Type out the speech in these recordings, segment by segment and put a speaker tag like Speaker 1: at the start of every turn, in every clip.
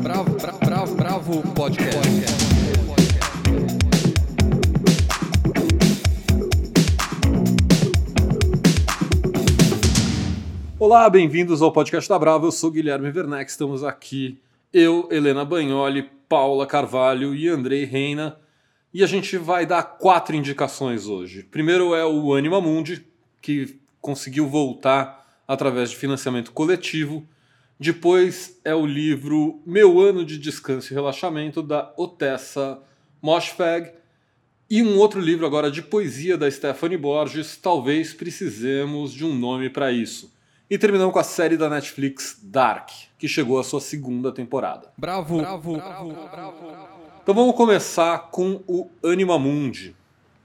Speaker 1: Bravo Podcast. Olá, bem-vindos ao Podcast da Bravo. Eu sou Guilherme Werneck, estamos aqui, eu, Helena Bagnoli, Paula Carvalho e Andrei Reina, e a gente vai dar 4 indicações hoje. Primeiro é o Anima Mundi, que conseguiu voltar através de financiamento coletivo. Depois é o livro Meu Ano de Descanso e Relaxamento, da Otessa Moshfegh. E um outro livro agora de poesia da Stephanie Borges, Talvez Precisemos de um Nome para Isso. E terminamos com a série da Netflix Dark, que chegou à sua 2ª temporada. Bravo. Então vamos começar com o Anima Mundi.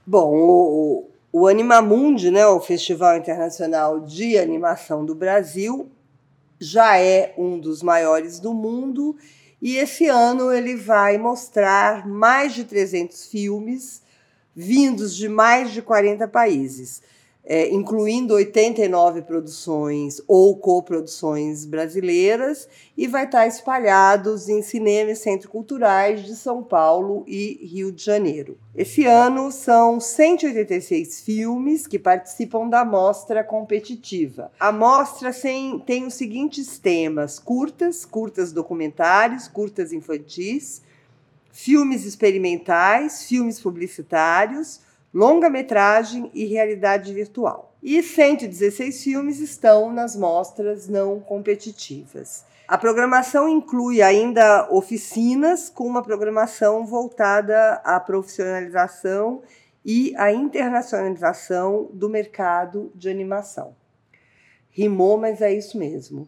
Speaker 2: Bom, o Anima Mundi, né, o Festival Internacional de Animação do Brasil, já é um dos maiores do mundo e esse ano ele vai mostrar mais de 300 filmes vindos de mais de 40 países, incluindo 89 produções ou coproduções brasileiras, e vai estar espalhados em cinemas e centros culturais de São Paulo e Rio de Janeiro. Esse ano são 186 filmes que participam da mostra competitiva. A mostra tem os seguintes temas: curtas documentários, curtas infantis, filmes experimentais, filmes publicitários, longa-metragem e realidade virtual. E 116 filmes estão nas mostras não competitivas. A programação inclui ainda oficinas com uma programação voltada à profissionalização e à internacionalização do mercado de animação. Rimou, mas é isso mesmo.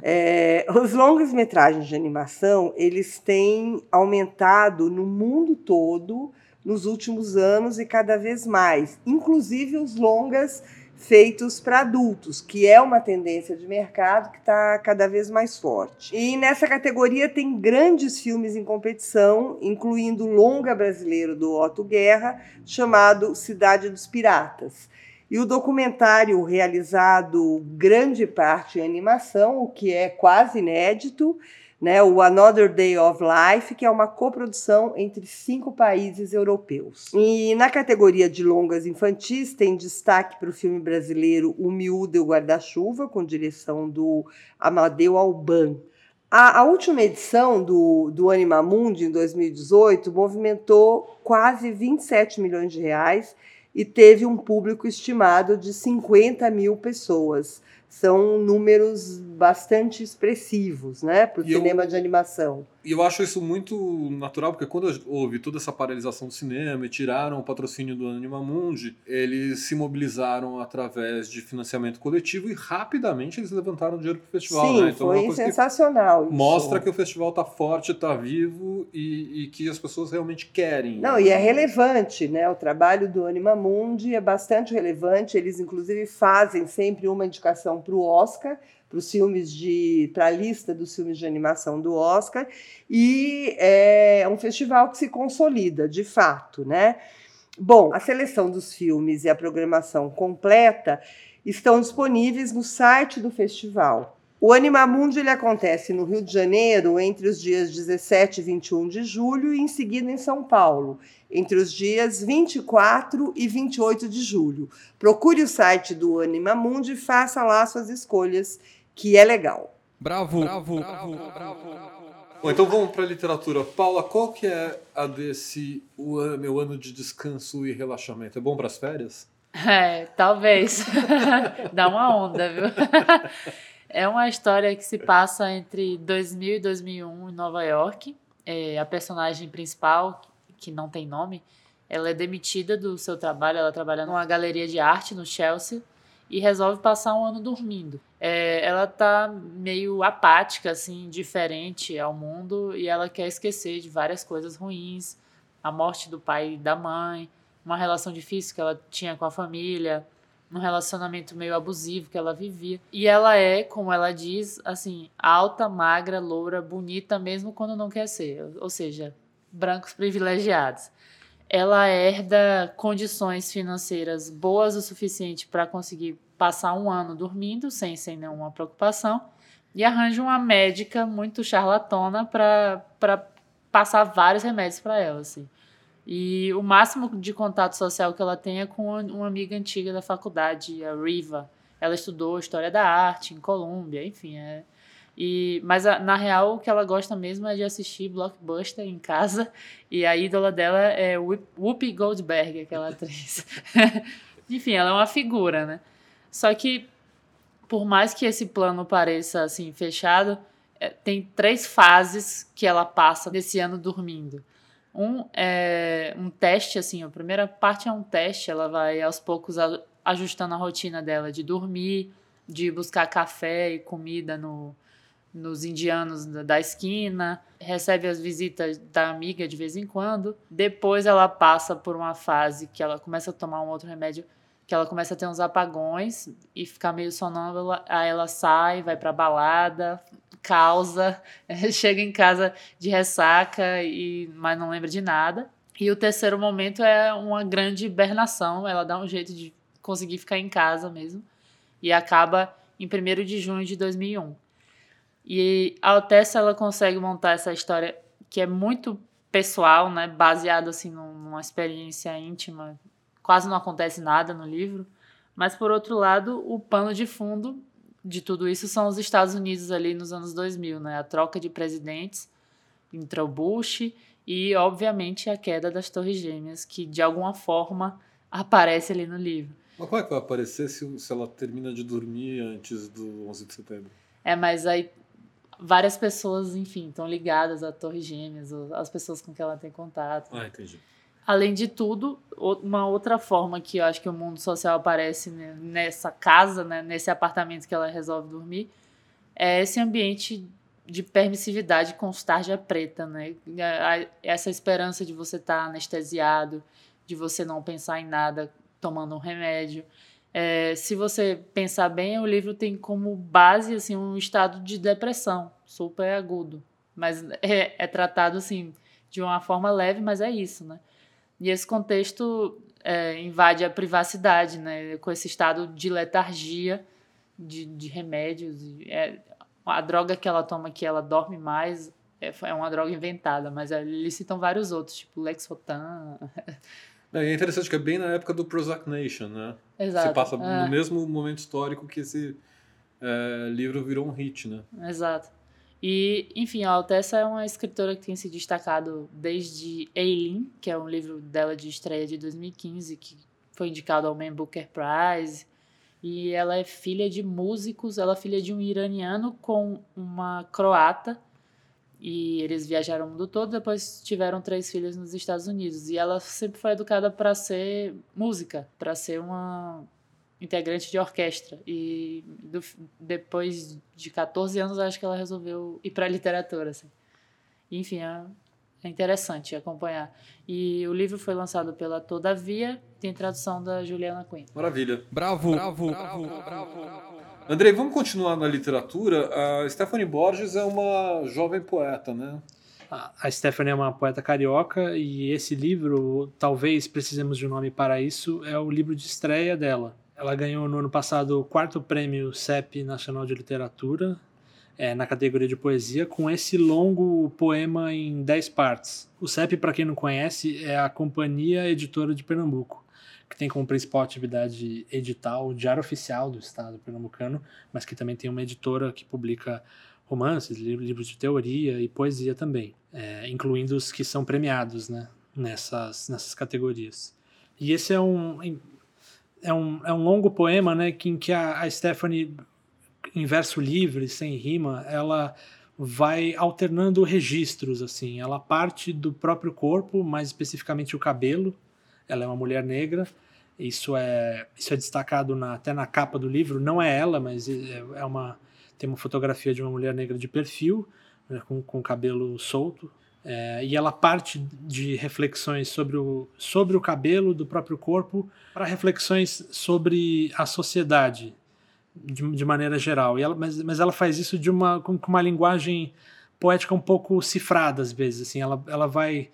Speaker 2: Os longas-metragens de animação, eles têm aumentado no mundo todo nos últimos anos e cada vez mais, inclusive os longas feitos para adultos, que é uma tendência de mercado que está cada vez mais forte. E nessa categoria tem grandes filmes em competição, incluindo o longa brasileiro do Otto Guerra, chamado Cidade dos Piratas, e o documentário realizado grande parte em animação, o que é quase inédito, né, o Another Day of Life, que é uma coprodução entre 5 países europeus. E na categoria de longas infantis tem destaque para o filme brasileiro O Miúdo e o Guarda-Chuva, com direção do Amadeu Alban. A última edição do Anima Mundi, em 2018, movimentou quase 27 milhões de reais e teve um público estimado de 50 mil pessoas. São números bastante expressivos, né, para o cinema de animação.
Speaker 1: E eu acho isso muito natural, porque quando houve toda essa paralisação do cinema e tiraram o patrocínio do Anima Mundi, eles se mobilizaram através de financiamento coletivo e rapidamente eles levantaram dinheiro para o festival.
Speaker 2: Sim,
Speaker 1: né? Então,
Speaker 2: foi sensacional isso.
Speaker 1: Mostra que o festival está forte, está vivo e que as pessoas realmente querem.
Speaker 2: Não, e é relevante, né? O trabalho do Anima Mundi é bastante relevante. Eles, inclusive, fazem sempre uma indicação para o Oscar, para a lista dos filmes de animação do Oscar, e é um festival que se consolida, de fato, né? Bom, a seleção dos filmes e a programação completa estão disponíveis no site do festival. O Anima Mundi ele acontece no Rio de Janeiro entre os dias 17 e 21 de julho e em seguida em São Paulo, entre os dias 24 e 28 de julho. Procure o site do Anima Mundi e faça lá suas escolhas, que é legal.
Speaker 1: Bravo. Bom, então vamos para a literatura. Paula, qual que é a desse Meu Ano de Descanso e Relaxamento? É bom para as férias?
Speaker 3: Talvez. Dá uma onda, viu? É uma história que se passa entre 2000 e 2001 em Nova York. A personagem principal, que não tem nome, ela é demitida do seu trabalho. Ela trabalha numa galeria de arte no Chelsea e resolve passar um ano dormindo. Ela tá meio apática, assim, indiferente ao mundo, e ela quer esquecer de várias coisas ruins, a morte do pai e da mãe, uma relação difícil que ela tinha com a família, um relacionamento meio abusivo que ela vivia. E ela é, como ela diz, assim, alta, magra, loura, bonita, mesmo quando não quer ser. Ou seja, brancos privilegiados. Ela herda condições financeiras boas o suficiente para conseguir passar um ano dormindo, sem nenhuma preocupação. e arranja uma médica muito charlatona para passar vários remédios para ela, assim. E o máximo de contato social que ela tem é com uma amiga antiga da faculdade, a Riva. Ela estudou História da Arte em Colômbia, enfim. Mas, na real, o que ela gosta mesmo é de assistir Blockbuster em casa. E a ídola dela é Whoopi Goldberg, aquela atriz. Enfim, ela é uma figura, né? Só que, por mais que esse plano pareça assim, fechado, tem 3 fases que ela passa nesse ano dormindo. É um teste, assim, a primeira parte é um teste, ela vai aos poucos ajustando a rotina dela de dormir, de buscar café e comida nos indianos da esquina, recebe as visitas da amiga de vez em quando. Depois ela passa por uma fase que ela começa a tomar um outro remédio, que ela começa a ter uns apagões e ficar meio sonâmbula, aí ela sai, vai pra balada, causa, chega em casa de ressaca, mas não lembra de nada. E o terceiro momento é uma grande hibernação, ela dá um jeito de conseguir ficar em casa mesmo, e acaba em 1º de junho de 2001. E a Altessa, ela consegue montar essa história que é muito pessoal, né, baseado assim, numa experiência íntima. Quase não acontece nada no livro, mas, por outro lado, o pano de fundo de tudo isso são os Estados Unidos ali nos anos 2000, né? A troca de presidentes entre o Bush e, obviamente, a queda das Torres Gêmeas, que, de alguma forma, aparece ali no livro.
Speaker 1: Mas como é que vai aparecer se ela termina de dormir antes do 11 de setembro?
Speaker 3: Mas aí várias pessoas, enfim, estão ligadas a Torres Gêmeas, as pessoas com que ela tem contato.
Speaker 1: Entendi.
Speaker 3: Além de tudo, uma outra forma que eu acho que o mundo social aparece nessa casa, né, nesse apartamento que ela resolve dormir, é esse ambiente de permissividade com os tarja preta, né? Essa esperança de você estar anestesiado, de você não pensar em nada tomando um remédio. Se você pensar bem, o livro tem como base assim, um estado de depressão super agudo, mas é tratado assim, de uma forma leve, mas é isso, né? E esse contexto invade a privacidade, né? Com esse estado de letargia, de remédios. A droga que ela toma, que ela dorme mais, é uma droga inventada, mas eles citam vários outros, tipo Lexotan.
Speaker 1: É interessante que é bem na época do Prozac Nation, né?
Speaker 3: Exato.
Speaker 1: Você passa no mesmo momento histórico que esse livro virou um hit, né?
Speaker 3: Exato. E, enfim, a Altessa é uma escritora que tem se destacado desde Eileen, que é um livro dela de estreia de 2015, que foi indicado ao Man Booker Prize. E ela é filha de músicos, ela é filha de um iraniano com uma croata. E eles viajaram o mundo todo, depois tiveram 3 filhos nos Estados Unidos. E ela sempre foi educada para ser música, para ser uma integrante de orquestra. E depois de 14 anos, acho que ela resolveu ir para a literatura. Assim. Enfim, é interessante acompanhar. E o livro foi lançado pela Todavia, tem tradução da Juliana Quinn.
Speaker 1: Maravilha.
Speaker 4: Bravo.
Speaker 1: Andrei, vamos continuar na literatura. A Stephanie Borges é uma jovem poeta, né?
Speaker 4: A Stephanie é uma poeta carioca e esse livro, talvez precisemos de um nome para isso, é o livro de estreia dela. Ela ganhou no ano passado o 4º prêmio CEP Nacional de Literatura, na categoria de poesia, com esse longo poema em 10 partes. O CEP, para quem não conhece, é a Companhia Editora de Pernambuco, que tem como principal atividade editar o Diário Oficial do Estado pernambucano, mas que também tem uma editora que publica romances, livros de teoria e poesia também, incluindo os que são premiados, né, nessas categorias. E esse é um longo poema, né, em que a Stephanie, em verso livre, sem rima, ela vai alternando registros, assim. Ela parte do próprio corpo, mais especificamente o cabelo. Ela é uma mulher negra. Isso é destacado até na capa do livro. Não é ela, mas tem uma fotografia de uma mulher negra de perfil, né, com o cabelo solto. E ela parte de reflexões sobre o cabelo do próprio corpo para reflexões sobre a sociedade de maneira geral. Mas ela faz isso com uma linguagem poética um pouco cifrada às vezes. Assim, ela vai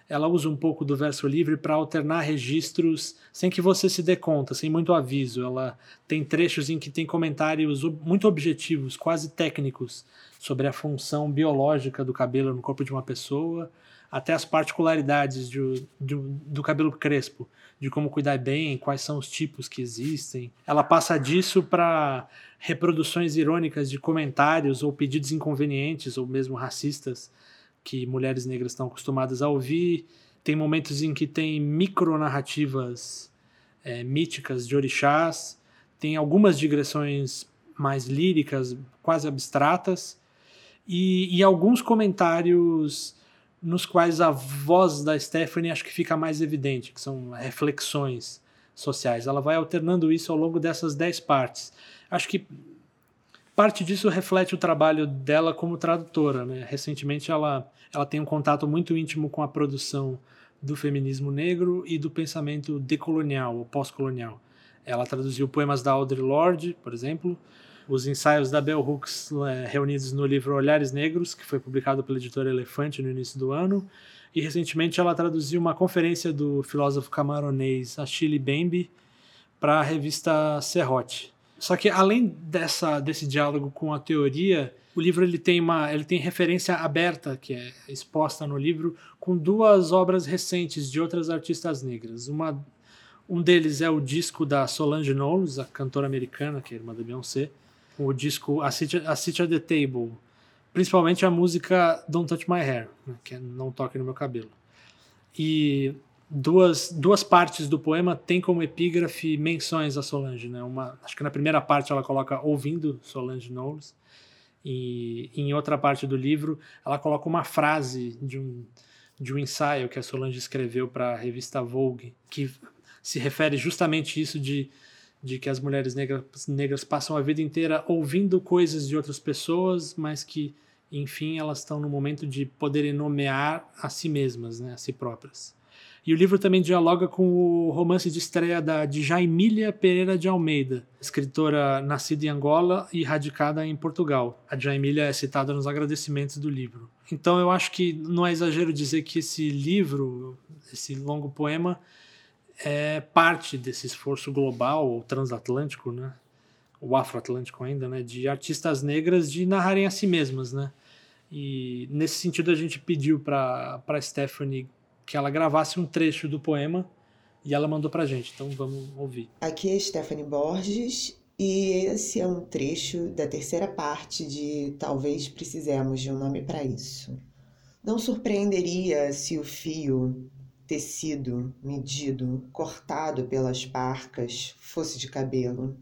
Speaker 4: ela usa um pouco do verso livre para alternar registros sem que você se dê conta, sem muito aviso. Ela tem trechos em que tem comentários muito objetivos, quase técnicos, sobre a função biológica do cabelo no corpo de uma pessoa, até as particularidades do cabelo crespo, de como cuidar bem, quais são os tipos que existem. Ela passa disso para reproduções irônicas de comentários ou pedidos inconvenientes ou mesmo racistas que mulheres negras estão acostumadas a ouvir. Tem momentos em que tem micronarrativas míticas de orixás, tem algumas digressões mais líricas, quase abstratas, e alguns comentários nos quais a voz da Stephanie acho que fica mais evidente, que são reflexões sociais. Ela vai alternando isso ao longo dessas 10 partes. Acho que parte disso reflete o trabalho dela como tradutora, né? Recentemente ela tem um contato muito íntimo com a produção do feminismo negro e do pensamento decolonial ou pós-colonial. Ela traduziu poemas da Audre Lorde, por exemplo, os ensaios da Bell Hooks reunidos no livro Olhares Negros, que foi publicado pela editora Elefante no início do ano, e recentemente ela traduziu uma conferência do filósofo camaronês Achille Mbembe para a revista Serrote. Só que além desse diálogo com a teoria, o livro ele tem referência aberta, que é exposta no livro, com 2 obras recentes de outras artistas negras. Um deles é o disco da Solange Knowles, a cantora americana, que é irmã da Beyoncé, o disco A Seat at the Table, principalmente a música Don't Touch My Hair, né, que é Não Toque no Meu Cabelo. E duas partes do poema têm como epígrafe menções a Solange, né? Acho que na primeira parte ela coloca ouvindo Solange Knowles, e em outra parte do livro ela coloca uma frase de um ensaio que a Solange escreveu para a revista Vogue, que se refere justamente a isso de que as mulheres negras passam a vida inteira ouvindo coisas de outras pessoas, mas que, enfim, elas estão no momento de poderem nomear a si mesmas, né, a si próprias. E o livro também dialoga com o romance de estreia de Jaimília Pereira de Almeida, escritora nascida em Angola e radicada em Portugal. A Jaimília é citada nos agradecimentos do livro. Então eu acho que não é exagero dizer que esse livro, esse longo poema, é parte desse esforço global ou transatlântico, né? O afroatlântico ainda, né? De artistas negras de narrarem a si mesmas, né? E nesse sentido a gente pediu para Stephanie que ela gravasse um trecho do poema e ela mandou pra gente, então vamos ouvir.
Speaker 5: Aqui é Stephanie Borges e esse é um trecho da 3ª parte de Talvez Precisemos de um Nome para Isso. Não surpreenderia se o fio, tecido, medido, cortado pelas parcas, fosse de cabelo.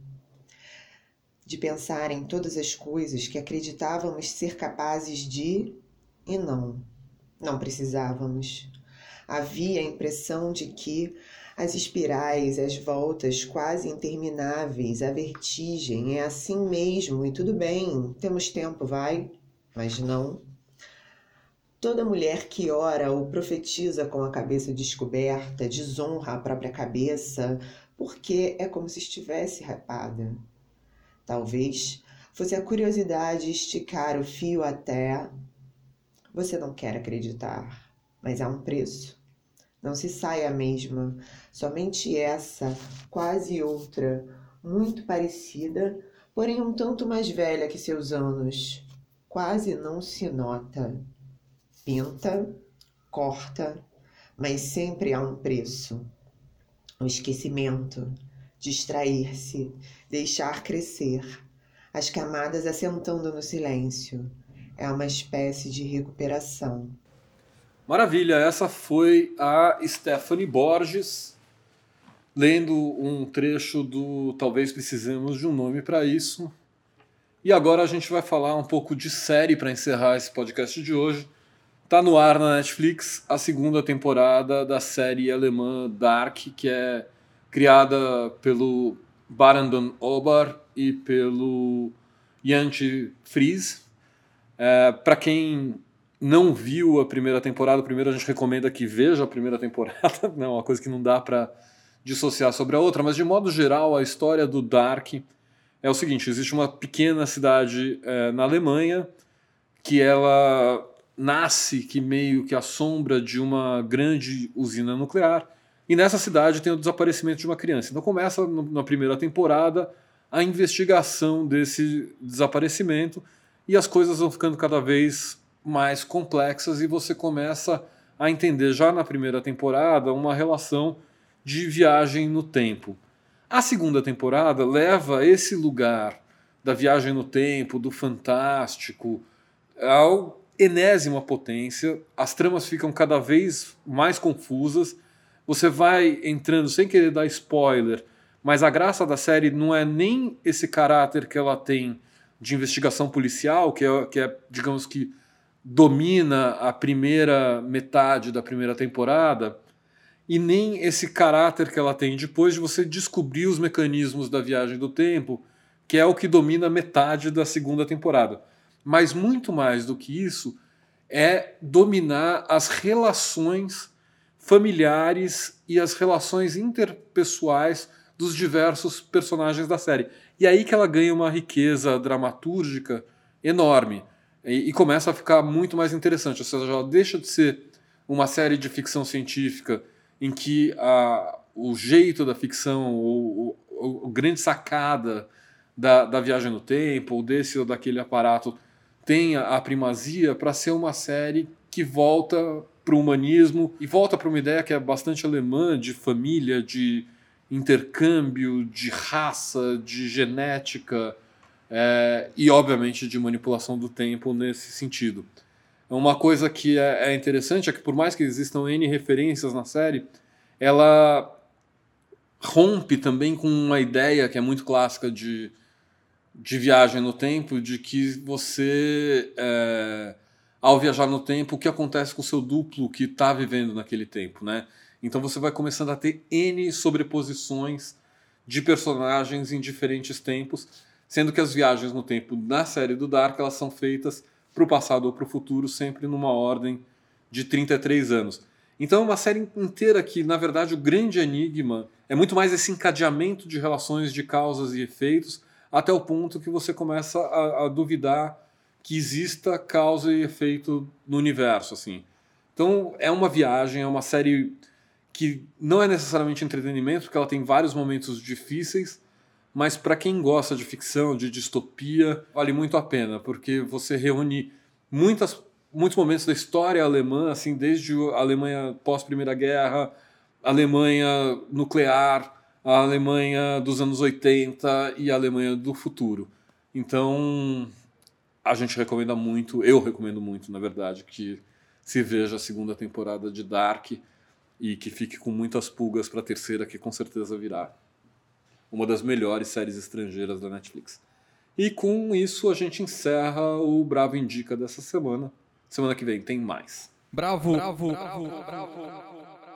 Speaker 5: De pensar em todas as coisas que acreditávamos ser capazes de e não precisávamos. Havia a impressão de que as espirais, as voltas quase intermináveis, a vertigem é assim mesmo e tudo bem, temos tempo, vai? Mas não. Toda mulher que ora ou profetiza com a cabeça descoberta desonra a própria cabeça, porque é como se estivesse rapada. Talvez fosse a curiosidade esticar o fio até... Você não quer acreditar, mas há um preço. Não se sai a mesma, somente essa, quase outra, muito parecida, porém um tanto mais velha que seus anos. Quase não se nota. Pinta, corta, mas sempre há um preço. O esquecimento, distrair-se, deixar crescer, as camadas assentando no silêncio. É uma espécie de recuperação.
Speaker 1: Maravilha, essa foi a Stephanie Borges, lendo um trecho do Talvez Precisemos de um Nome para Isso. E agora a gente vai falar um pouco de série para encerrar esse podcast de hoje. Tá no ar na Netflix a 2ª temporada da série alemã Dark, que é criada pelo Brandon Obar e pelo Jantje Friese. Para quem não viu a primeira temporada, primeiro a gente recomenda que veja a primeira temporada, não é uma coisa que não dá para dissociar sobre a outra, mas de modo geral a história do Dark é o seguinte: existe uma pequena cidade na Alemanha que ela nasce que meio que à sombra de uma grande usina nuclear, e nessa cidade tem o desaparecimento de uma criança. Então começa na primeira temporada a investigação desse desaparecimento, e as coisas vão ficando cada vez mais complexas, e você começa a entender já na primeira temporada uma relação de viagem no tempo. A segunda temporada leva esse lugar da viagem no tempo, do fantástico, à enésima potência. As tramas ficam cada vez mais confusas. Você vai entrando, sem querer dar spoiler, mas a graça da série não é nem esse caráter que ela tem de investigação policial, que é digamos que, domina a primeira metade da primeira temporada, e nem esse caráter que ela tem depois de você descobrir os mecanismos da viagem do tempo, que é o que domina metade da segunda temporada. Mas muito mais do que isso é dominar as relações familiares e as relações interpessoais dos diversos personagens da série. E aí que ela ganha uma riqueza dramatúrgica enorme e começa a ficar muito mais interessante. Ou seja, ela deixa de ser uma série de ficção científica em que o jeito da ficção, ou grande sacada da viagem no tempo, ou desse ou daquele aparato, tenha a primazia, para ser uma série que volta para o humanismo e volta para uma ideia que é bastante alemã, de família, de intercâmbio, de raça, de genética, e obviamente de manipulação do tempo nesse sentido. Uma coisa que é interessante é que, por mais que existam N referências na série, ela rompe também com uma ideia que é muito clássica de viagem no tempo, de que você, ao viajar no tempo, o que acontece com o seu duplo que está vivendo naquele tempo, né? Então você vai começando a ter N sobreposições de personagens em diferentes tempos, sendo que as viagens no tempo na série do Dark, elas são feitas para o passado ou para o futuro, sempre numa ordem de 33 anos. Então é uma série inteira que, na verdade, o grande enigma é muito mais esse encadeamento de relações de causas e efeitos, até o ponto que você começa a duvidar que exista causa e efeito no universo, assim. Então é uma viagem, é uma série que não é necessariamente entretenimento, porque ela tem vários momentos difíceis, mas para quem gosta de ficção, de distopia, vale muito a pena, porque você reúne muitos momentos da história alemã, assim, desde a Alemanha pós-Primeira Guerra, a Alemanha nuclear, a Alemanha dos anos 80 e a Alemanha do futuro. Então, a gente recomenda muito, eu recomendo muito, na verdade, que se veja a segunda temporada de Dark e que fique com muitas pulgas para a terceira, que com certeza virá uma das melhores séries estrangeiras da Netflix. E com isso a gente encerra o Bravo Indica dessa semana. Semana que vem tem mais.
Speaker 6: Bravo.